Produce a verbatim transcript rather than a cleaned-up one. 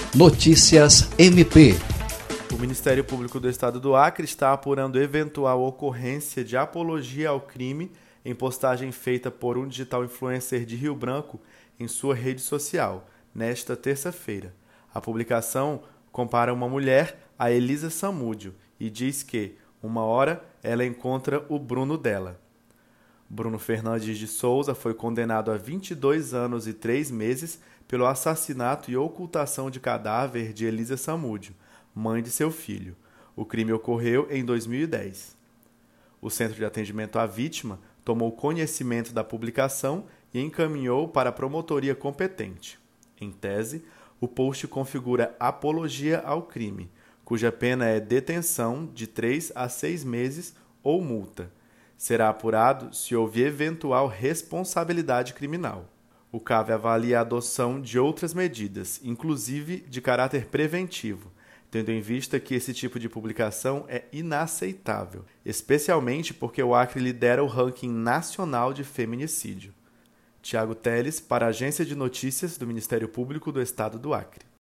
Notícias M P. O Ministério Público do Estado do Acre está apurando eventual ocorrência de apologia ao crime em postagem feita por um digital influencer de Rio Branco em sua rede social, nesta terça-feira. A publicação compara uma mulher a Elisa Samúdio e diz que, uma hora, ela encontra o Bruno dela. Bruno Fernandes de Souza foi condenado a vinte e dois anos e três meses pelo assassinato e ocultação de cadáver de Elisa Samúdio, mãe de seu filho. O crime ocorreu em dois mil e dez. O Centro de Atendimento à Vítima tomou conhecimento da publicação e encaminhou para a promotoria competente. Em tese, o post configura apologia ao crime, cuja pena é detenção de três a seis meses ou multa. Será apurado se houve eventual responsabilidade criminal. O C A V avalia a adoção de outras medidas, inclusive de caráter preventivo, tendo em vista que esse tipo de publicação é inaceitável, especialmente porque o Acre lidera o ranking nacional de feminicídio. Tiago Teles, para a Agência de Notícias do Ministério Público do Estado do Acre.